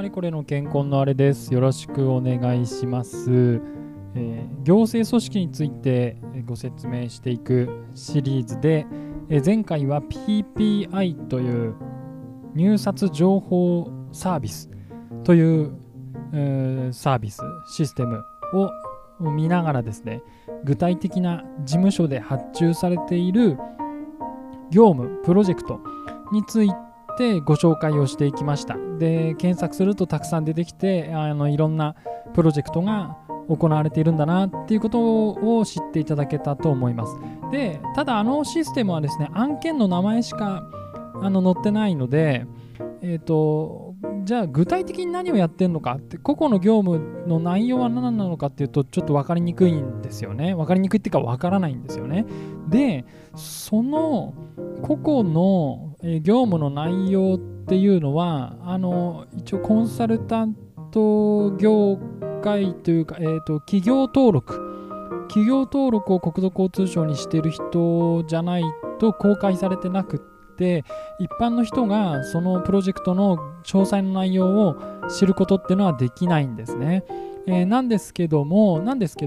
れこれの健康のあれです。よろしくお願いします。行政組織についてご説明していくシリーズで、前回は PPI という入札情報サービスという、サービスシステムを見ながらですね、具体的な事務所で発注されている業務プロジェクトについてご紹介をしていきました。で、検索するとたくさん出てきて、いろんなプロジェクトが行われているんだなっていうことを知っていただけたと思います。で、ただシステムはですね、案件の名前しか載ってないので、じゃあ具体的に何をやってるのかって、個々の業務の内容は何なのかっていうと、ちょっと分かりにくいんですよね。分かりにくいっていうか分からないんですよね。で、その個々の業務の内容っていうのは一応コンサルタント業界というか、企業登録を国土交通省にしている人じゃないと公開されてなくって、一般の人がそのプロジェクトの詳細の内容を知ることっていうのはできないんですね。なんですけども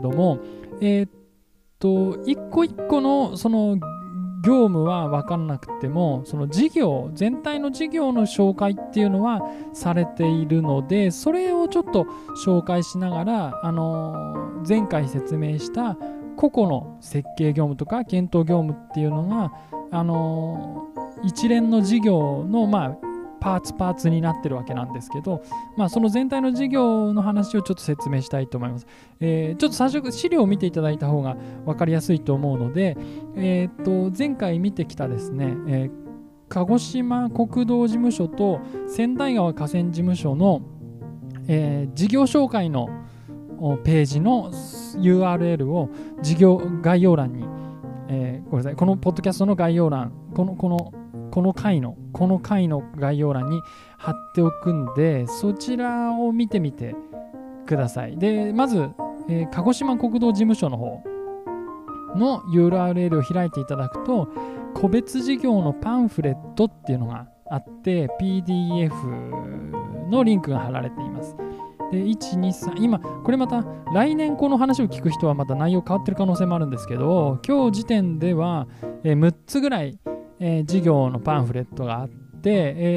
一個一個のその業務は分からなくても、その全体の事業の紹介っていうのはされているので、それをちょっと紹介しながら、前回説明した個々の設計業務とか検討業務っていうのが一連の事業のパーツになってるわけなんですけど、その全体の事業の話をちょっと説明したいと思います。ちょっと最初資料を見ていただいた方が分かりやすいと思うので、前回見てきたですね、鹿児島国道事務所と千代川河川事務所の、事業紹介のページの URL を事業概要欄に、ごめんなさい、このポッドキャストの概要欄、この回の概要欄に貼っておくんで、そちらを見てみてください。で、まず、鹿児島国道事務所の方の URL を開いていただくと、個別事業のパンフレットっていうのがあって、 PDF のリンクが貼られています。で、1、2、3、今これまた来年この話を聞く人はまた内容変わってる可能性もあるんですけど、今日時点では6つぐらい事業のパンフレットがあって、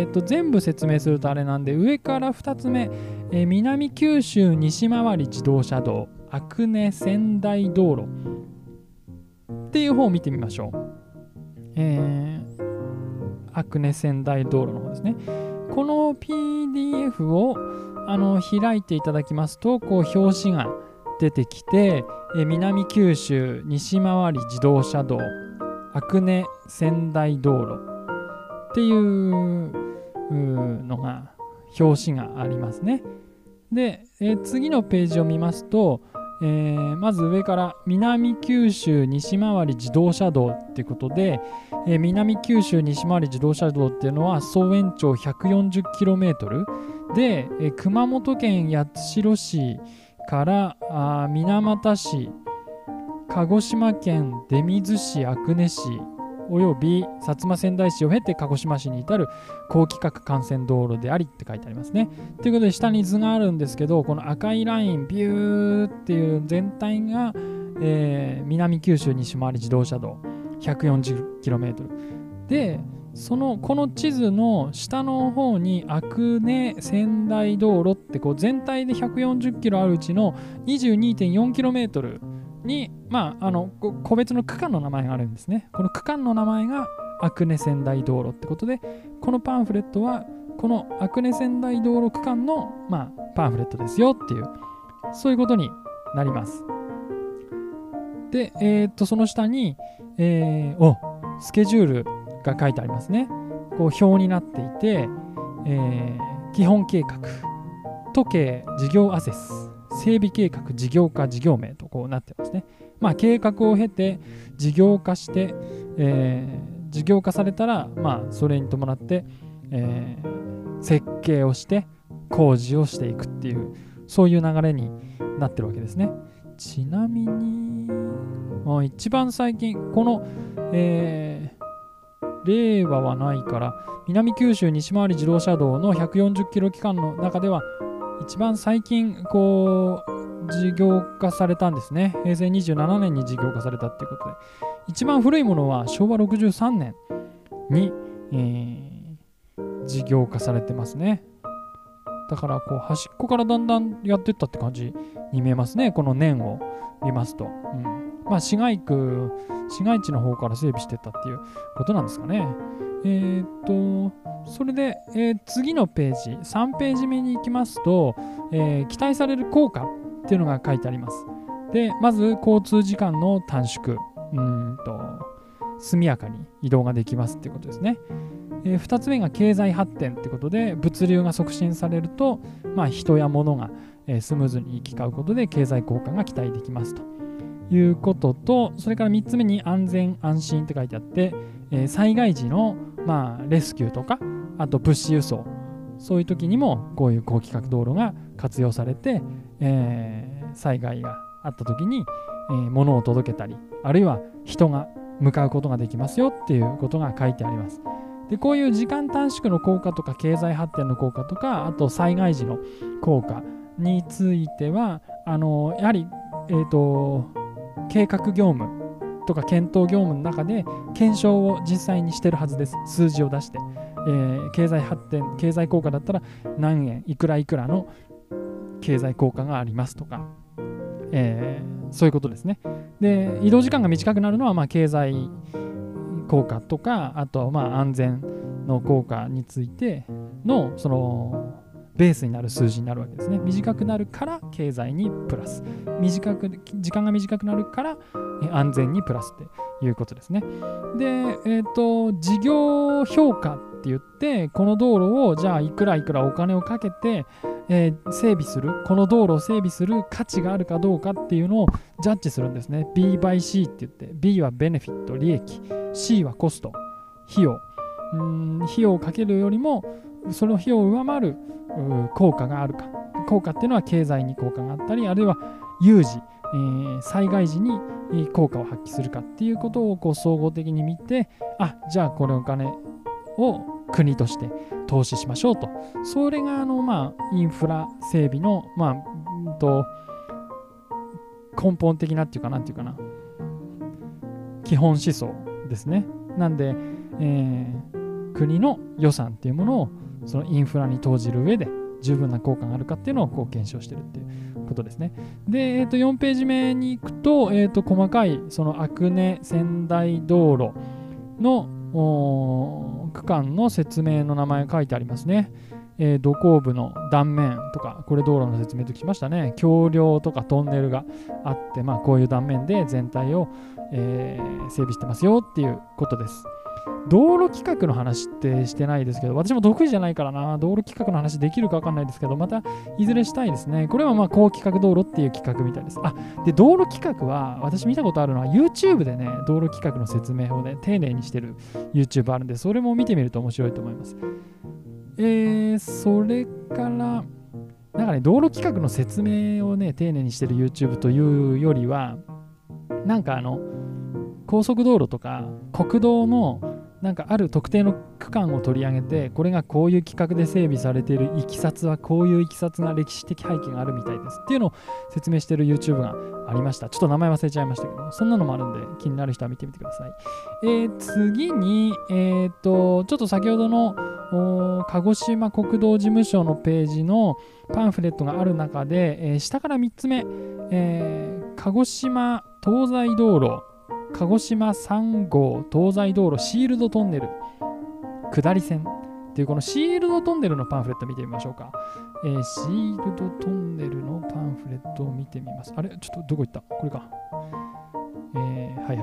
全部説明するとあれなんで、上から2つ目、南九州西回り自動車道阿久根仙台道路っていう方を見てみましょう。阿久根仙台道路の方ですね。この PDF を開いていただきますと、こう表紙が出てきて、南九州西回り自動車道阿久根仙台道路っていうのが表紙がありますね。で、次のページを見ますと、まず上から南九州西回り自動車道っていうことで、南九州西回り自動車道っていうのは総延長 140km で、熊本県八代市から水俣市、鹿児島県出水市、阿久根市および薩摩川内市を経て鹿児島市に至る高規格幹線道路でありって書いてありますね。ということで下に図があるんですけど、この赤いラインビューっていう全体が、南九州西回り自動車道 140km で、この地図の下の方に阿久根仙台道路ってこう全体で 140km あるうちの 22.4km に、個別の区間の名前があるんですね。この区間の名前が阿久根仙台道路ってことで、このパンフレットはこの阿久根仙台道路区間の、パンフレットですよっていう、そういうことになります。で、その下に、スケジュールが書いてありますね。こう表になっていて、基本計画、都計事業アセス、整備計画、事業化、事業名とこうなってますね。計画を経て事業化して、事業化されたら、それに伴って、設計をして工事をしていくっていう、そういう流れになってるわけですね。ちなみに、一番最近この、 令和はないから、南九州西回り自動車道の140キロ期間の中では一番最近事業化されたんですね。平成27年に事業化されたっていうことで、一番古いものは昭和63年に、事業化されてますね。だから端っこからだんだんやっていったって感じに見えますね、この年を見ますと。市街地の方から整備していったっていうことなんですかね。それで、次のページ、3ページ目に行きますと、期待される効果っていうのが書いてあります。で、まず交通時間の短縮、速やかに移動ができますっていうことですね。2つ目が経済発展ってことで、物流が促進されると、人や物が、スムーズに行き交うことで経済効果が期待できますということと、それから3つ目に安全安心って書いてあって、災害時の、レスキューとか、あと物資輸送、そういう時にもこういう高規格道路が活用されて、災害があった時に、物を届けたり、あるいは人が向かうことができますよっていうことが書いてあります。で、こういう時間短縮の効果とか経済発展の効果とか、あと災害時の効果についてはやはり、計画業務とか検討業務の中で検証を実際にしてるはずです。数字を出して、経済発展、経済効果だったら何円いくらいくらの経済効果がありますとか、そういうことですね。で、移動時間が短くなるのは経済効果とか、あと安全の効果についてのそのベースになる数字になるわけですね。短くなるから経済にプラス、時間が短くなるから安全にプラスっていうことですね。で、事業評価って言って、この道路をじゃあいくらいくらお金をかけて、整備する、この道路を整備する価値があるかどうかっていうのをジャッジするんですね。B by C って言って、B はベネフィット、利益、C はコスト、費用。費用をかけるよりもその費用を上回る効果があるか。効果っていうのは経済に効果があったり、あるいは有事、災害時に効果を発揮するかっていうことを総合的に見て、じゃあこのお金を国として投資しましょうと。それがインフラ整備の根本的なっていうか、なんていうかな、基本思想ですね。なんで、国の予算っていうものをそのインフラに投じる上で十分な効果があるかっていうのを検証してるっていうことですね。で、4ページ目に行くと、細かいその阿久根仙台道路の区間の説明の名前が書いてありますね。土工部の断面とか、これ道路の説明ときましたね。橋梁とかトンネルがあって、こういう断面で全体を、整備してますよっていうことです。道路規格の話ってしてないですけど、私も得意じゃないからな、道路規格の話できるか分かんないですけど、またいずれしたいですね。これは高規格道路っていう規格みたいです。で、道路規格は私見たことあるのは YouTube でね、道路規格の説明をね、丁寧にしてる YouTube あるんで、それも見てみると面白いと思います。それから道路規格の説明をね、丁寧にしてる YouTube というよりは、高速道路とか国道のある特定の区間を取り上げて、これがこういう規格で整備されているいきさつはこういういきさつが歴史的背景があるみたいですっていうのを説明している YouTube がありました。ちょっと名前忘れちゃいましたけど、そんなのもあるんで気になる人は見てみてください。次に、ちょっと先ほどの鹿児島国道事務所のページのパンフレットがある中で、下から3つ目、鹿児島東西道路、鹿児島3号東西道路シールドトンネル下り線っていうこのシールドトンネルのパンフレット見てみましょうか。シールドトンネルのパンフレットを見てみます。あれ、ちょっとどこ行った？これか。はいはい。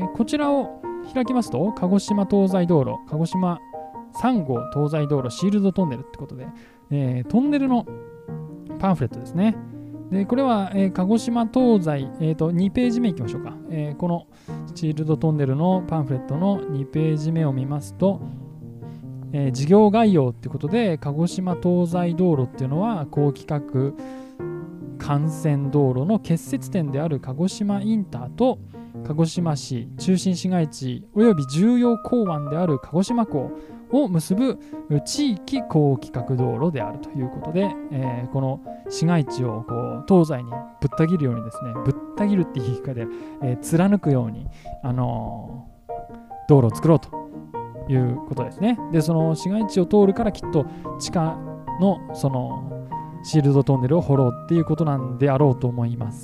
こちらを開きますと、鹿児島東西道路、鹿児島3号東西道路シールドトンネルってことで、トンネルのパンフレットですね。で、これは、鹿児島東西、2ページ目いきましょうか。このシールドトンネルのパンフレットの2ページ目を見ますと、事業概要ってことで、鹿児島東西道路っていうのは高規格幹線道路の結節点である鹿児島インターと、 鹿児島市中心市街地および重要港湾である鹿児島港を結ぶ地域高規格道路であるということで、この市街地をこう東西にぶった切るようにですね、ぶった切るっていう言い方で、貫くように、道路を作ろうということですね。で、その市街地を通るからきっと地下のそのシールドトンネルを掘ろうっていうことなんであろうと思います。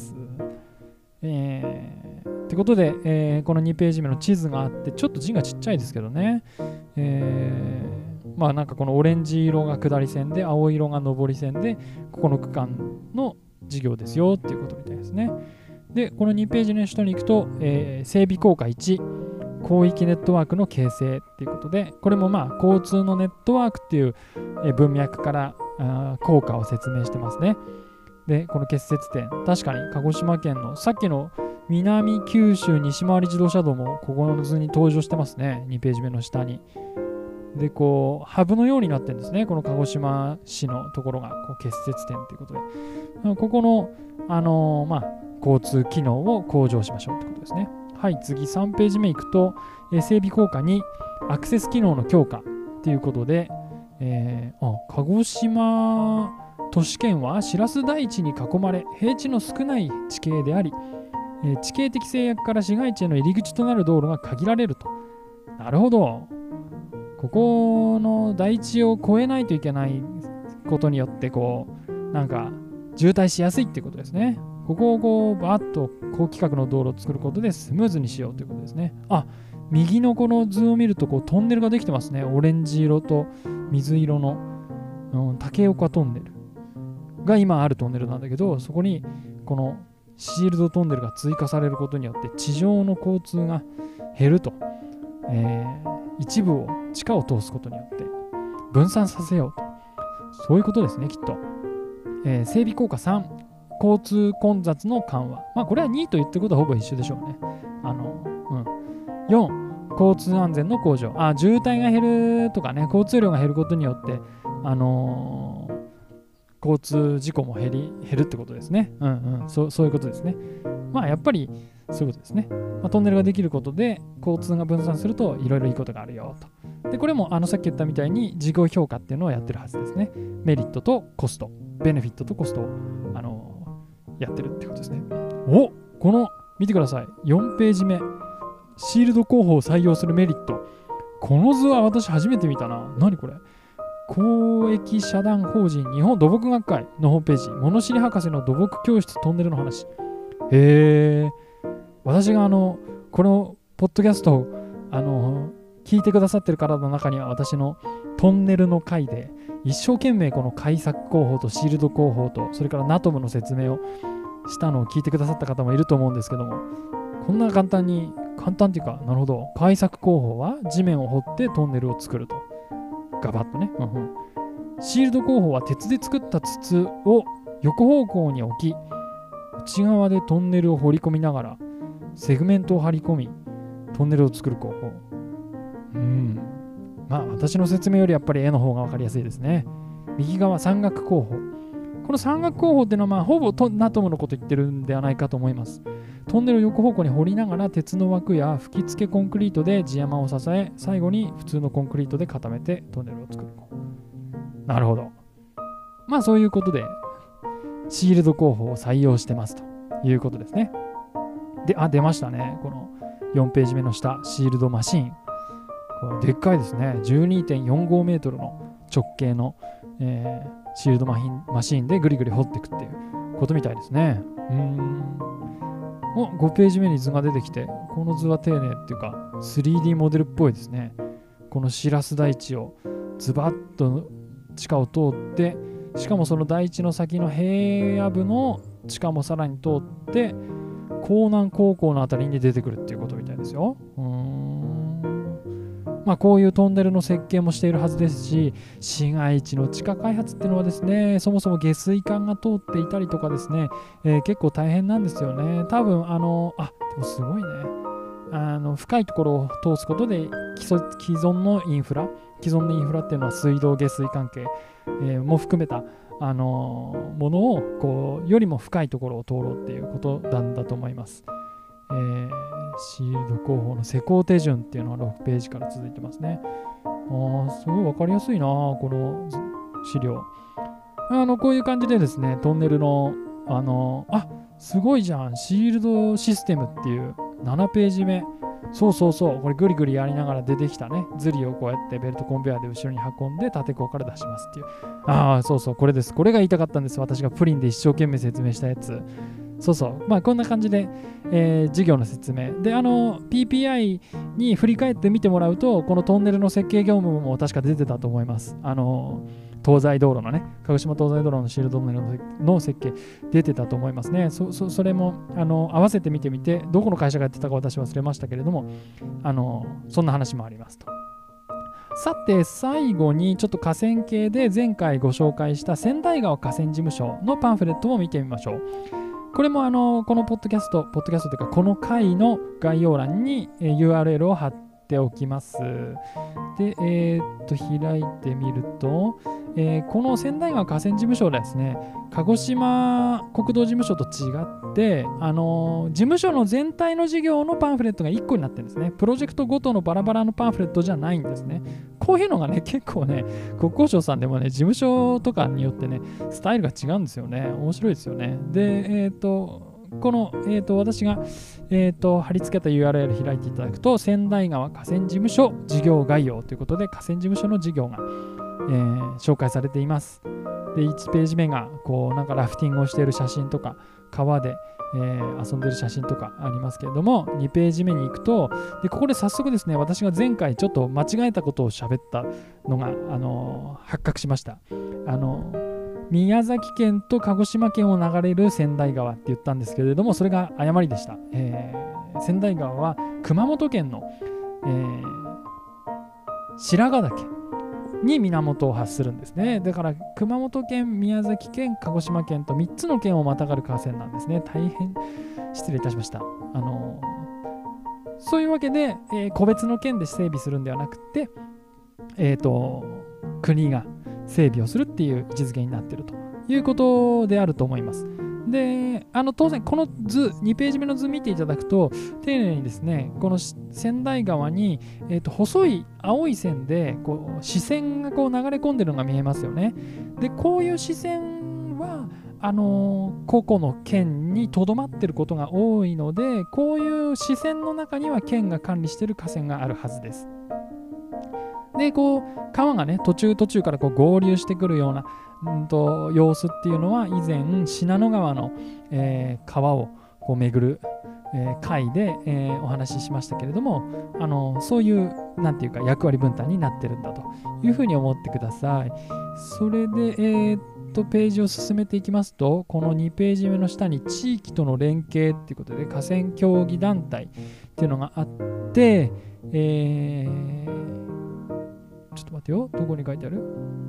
ってことで、この2ページ目の地図があって、ちょっと字がちっちゃいですけどね、まあなんかこのオレンジ色が下り線で青色が上り線でここの区間の事業ですよっていうことみたいですね。でこの2ページの下に行くと、整備効果1広域ネットワークの形成っていうことで、これもまあ交通のネットワークっていう文脈から効果を説明してますね。でこの結節点、確かに鹿児島県のさっきの南九州西回り自動車道もここの図に登場してますね。2ページ目の下に。でこうハブのようになってるんですね。この鹿児島市のところがこう結節点ということで、ここの、まあ、交通機能を向上しましょうということですね。はい、次3ページ目いくと、整備効果にアクセス機能の強化ということで、鹿児島都市圏はシラス台地に囲まれ平地の少ない地形であり、地形的制約から市街地への入り口となる道路が限られると。なるほど。ここの台地を越えないといけないことによってこうなんか渋滞しやすいっていうことですね。ここをこうバーッと高規格の道路を作ることでスムーズにしようということですね。あ、右のこの図を見るとこうトンネルができてますね。オレンジ色と水色の、竹岡トンネルが今あるトンネルなんだけど、そこにこのシールドトンネルが追加されることによって地上の交通が減ると、一部を地下を通すことによって分散させようと、そういうことですねきっと。整備効果3、交通混雑の緩和。まあこれは2と言ってることはほぼ一緒でしょうね。4、交通安全の向上。渋滞が減るとかね、交通量が減ることによって交通事故も減るってことですね。そういうことですね。まあやっぱりそういうことですね。トンネルができることで交通が分散するといろいろいいことがあるよと。でこれもさっき言ったみたいに事業評価っていうのをやってるはずですね。メリットとコスト、ベネフィットとコストをやってるってことですね。この見てください。4ページ目。シールド工法を採用するメリット。この図は私初めて見たな。何これ。公益社団法人日本土木学会のホームページ、物知り博士の土木教室トンネルの話。私がこのポッドキャストを聞いてくださってる方の中には、私のトンネルの回で一生懸命この開削工法とシールド工法とそれからナトムの説明をしたのを聞いてくださった方もいると思うんですけども、こんな簡単っていうか、なるほど、開削工法は地面を掘ってトンネルを作ると、ガバッとね。シールド工法は鉄で作った筒を横方向に置き、内側でトンネルを掘り込みながらセグメントを張り込みトンネルを作る工法。まあ私の説明よりやっぱり絵の方が分かりやすいですね。右側三角工法。この三角工法っていうのはまあほぼナトムのこと言ってるんではないかと思います。トンネルを横方向に掘りながら鉄の枠や吹き付けコンクリートで地山を支え、最後に普通のコンクリートで固めてトンネルを作る。なるほど。まあそういうことでシールド工法を採用してますということですね。で、出ましたね。この4ページ目の下、シールドマシーン。これでっかいですね。12.45 メートルの直径の、シールドマシーンでぐりぐり掘っていくっていうことみたいですね。5ページ目に図が出てきて、この図は丁寧っていうか 3D モデルっぽいですね。このシラス台地をズバッと地下を通って、しかもその台地の先の平野部の地下もさらに通って江南高校のあたりに出てくるっていうことみたいですよ。まあこういうトンネルの設計もしているはずですし、市街地の地下開発っていうのはですね、そもそも下水管が通っていたりとかですね、結構大変なんですよね。多分でもすごいね。深いところを通すことで既存のインフラっていうのは水道下水関係、も含めたものをこうよりも深いところを通ろうっていうことなんだと思います。 シールド工法の施工手順っていうのが6ページから続いてますね。すごい分かりやすいな、この資料。こういう感じでですね、トンネルの、すごいじゃん、シールドシステムっていう7ページ目。そうそうそう、これぐりぐりやりながら出てきたね、ズリをこうやってベルトコンベヤーで後ろに運んで縦鋼から出しますっていう。そうそう、これです。これが言いたかったんです。私がプリンで一生懸命説明したやつ。そうそう。まあこんな感じで、授業の説明。で、PPI に振り返って見てもらうと、このトンネルの設計業務も確か出てたと思います。東西道路のね、鹿児島東西道路のシールドトンネルの設計出てたと思いますね。それも合わせて見てみて、どこの会社がやってたか私忘れましたけれども、そんな話もありますと。さて最後にちょっと河川系で前回ご紹介した千代川河川事務所のパンフレットも見てみましょう。これもこのポッドキャストというかこの回の概要欄に URL を貼っておきます。で、開いてみると、この千代川河川事務所はですね、鹿児島国道事務所と違って、事務所の全体の事業のパンフレットが1個になってるんですね。プロジェクトごとのバラバラのパンフレットじゃないんですね。こういうのがね、結構ね、国交省さんでもね、事務所とかによってね、スタイルが違うんですよね。面白いですよね。で、この、私が、貼り付けた URL 開いていただくと、千代川河川事務所事業概要ということで、河川事務所の事業が、紹介されています。で、1ページ目が、なんかラフティングをしている写真とか、川で、遊んでる写真とかありますけれども、2ページ目に行くと、でここで早速ですね、私が前回ちょっと間違えたことを喋ったのが、発覚しました。宮崎県と鹿児島県を流れる千代川って言ったんですけれども、それが誤りでした。千代川は熊本県の、白髪岳に源を発するんですね。だから熊本県、宮崎県、鹿児島県と3つの県をまたがる河川なんですね。大変失礼いたしました。そういうわけで、個別の県で整備するんではなくて、国が整備をするっていう位置づけになっているということであると思います。で、当然この図、2ページ目の図見ていただくと、丁寧にですね、この千代川に、細い青い線で視線が流れ込んでるのが見えますよね。で、こういう視線は個々の県にとどまっていることが多いので、こういう視線の中には県が管理している河川があるはずです。で、川がね、途中から合流してくるような、様子っていうのは、以前信濃川の、川を巡る、回で、お話ししましたけれども、そういうなんていうか役割分担になってるんだというふうに思ってください。それで、ページを進めていきますと、この2ページ目の下に地域との連携っていうことで河川協議団体っていうのがあって、ちょっと待ってよ、どこに書いてある？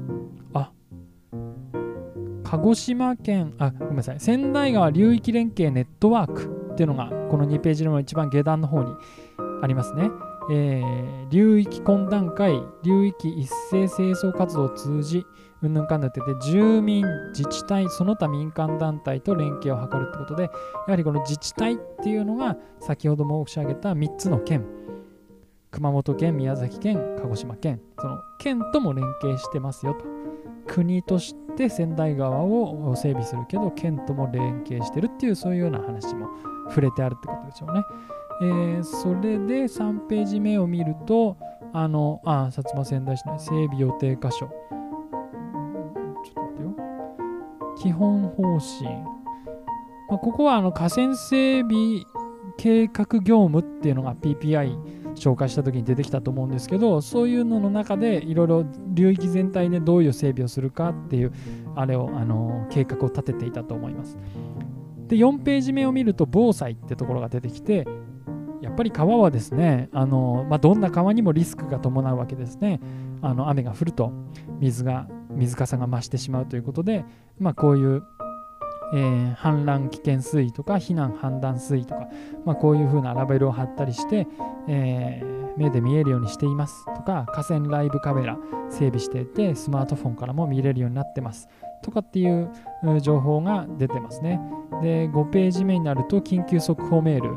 鹿児島県、ごめんなさい、千代川流域連携ネットワークっていうのがこの2ページの一番下段の方にありますね。流域懇談会、流域一斉清掃活動を通じ、うんぬんかんぬんって言って住民、自治体、その他民間団体と連携を図るってことで、やはりこの自治体っていうのが先ほど申し上げた3つの県、熊本県、宮崎県、鹿児島県、その県とも連携してますよと。国として千代川を整備するけど、県とも連携してるっていう、そういうような話も触れてあるってことでしょうね。それで3ページ目を見ると、薩摩川内市の整備予定箇所。ちょっと待ってよ。基本方針。ここは河川整備計画業務っていうのが PPI紹介した時に出てきたと思うんですけど、そういうのの中でいろいろ流域全体でどういう整備をするかっていうあれを計画を立てていたと思います。で4ページ目を見ると防災ってところが出てきて、やっぱり川はですね、どんな川にもリスクが伴うわけですね。雨が降ると水かさが増してしまうということで、こういう氾濫危険水位とか避難判断水位とか、こういう風なラベルを貼ったりして、目で見えるようにしていますとか、河川ライブカメラ整備していてスマートフォンからも見れるようになってますとかっていう情報が出てますね。で5ページ目になると緊急速報メール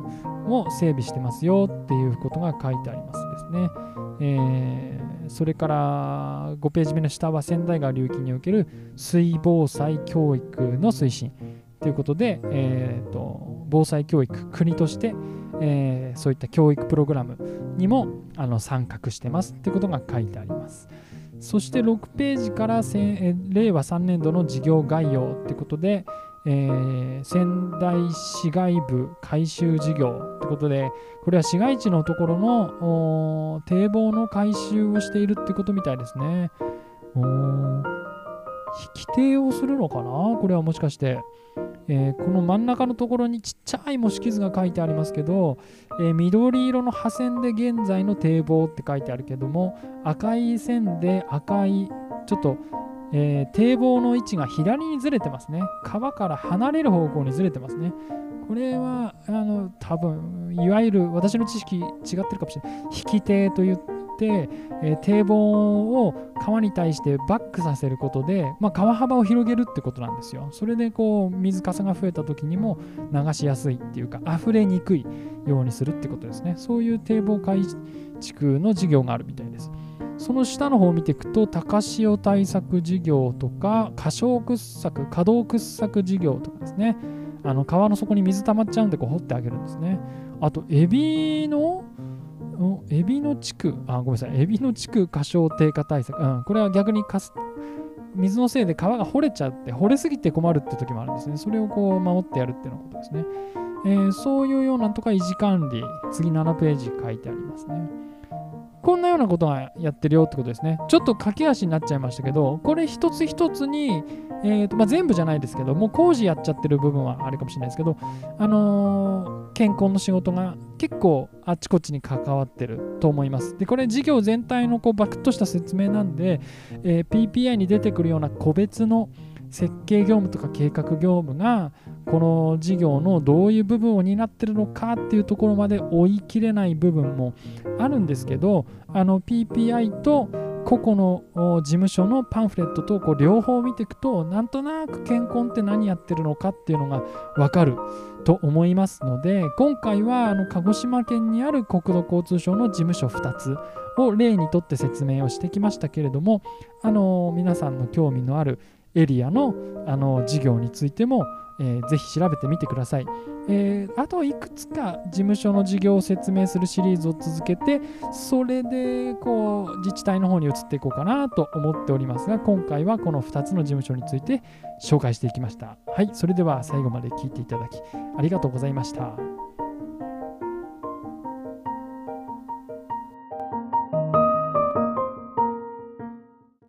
も整備してますよっていうことが書いてありますですね。それから5ページ目の下は川内川流域における水防災教育の推進ということで、防災教育国として、そういった教育プログラムにも参画してますということが書いてあります。そして6ページから令和3年度の事業概要ということで、仙台市街部改修事業ということで、これは市街地のところの堤防の改修をしているってことみたいですね。引き堤をするのかな、これはもしかして。この真ん中のところにちっちゃい模式図が書いてありますけど、緑色の破線で現在の堤防って書いてあるけども、赤い線で赤いちょっと、堤防の位置が左にずれてますね。川から離れる方向にずれてますね。これは多分いわゆる私の知識違ってるかもしれない。引き堤と言って、堤防を川に対してバックさせることで、川幅を広げるってことなんですよ。それでこう水かさが増えた時にも流しやすいっていうか、溢れにくいようにするってことですね。そういう堤防改築の事業があるみたいです。その下の方を見ていくと、高潮対策事業とか可動掘削事業とかですね。川の底に水溜まっちゃうんでこう掘ってあげるんですね。あとエビの地区過小低下対策、これは逆に水のせいで川が掘れちゃって、掘れすぎて困るって時もあるんですね。それをこう守ってやるっていうのことですね。そういうようなとか維持管理、次7ページ書いてありますね。こんなようなことがやってるよってことですね。ちょっと駆け足になっちゃいましたけど、これ一つ一つに、全部じゃないですけど、もう工事やっちゃってる部分はあるかもしれないですけど、健康の仕事が結構あっちこっちに関わってると思います。で、これ事業全体のバクッとした説明なんで、PPI に出てくるような個別の設計業務とか計画業務がこの事業のどういう部分を担ってるのかっていうところまで追い切れない部分もあるんですけど、PPI と個々の事務所のパンフレットと両方見ていくと、なんとなく健康って何やってるのかっていうのが分かると思いますので、今回は鹿児島県にある国土交通省の事務所2つを例にとって説明をしてきましたけれども、皆さんの興味のあるエリアの事業についても、ぜひ調べてみてください。あといくつか事務所の事業を説明するシリーズを続けて、それで自治体の方に移っていこうかなと思っておりますが、今回はこの2つの事務所について紹介していきました。はい、それでは最後まで聞いていただきありがとうございました。